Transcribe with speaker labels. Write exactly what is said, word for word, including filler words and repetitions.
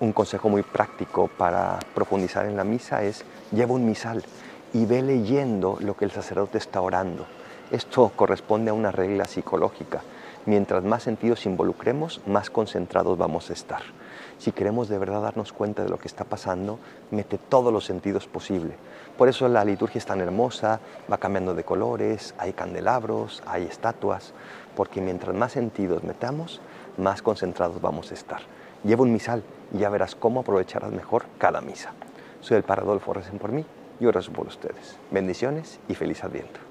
Speaker 1: Un consejo muy práctico para profundizar en la misa es: lleva un misal y ve leyendo lo que el sacerdote está orando. Esto corresponde a una regla psicológica. Mientras más sentidos involucremos, más concentrados vamos a estar. Si queremos de verdad darnos cuenta de lo que está pasando, mete todos los sentidos posible. Por eso la liturgia es tan hermosa, va cambiando de colores, hay candelabros, hay estatuas, porque mientras más sentidos metamos, más concentrados vamos a estar. Lleva un misal y ya verás cómo aprovecharás mejor cada misa. Soy el Padre Adolfo, recen por mí, yo rezo por ustedes. Bendiciones y feliz Adviento.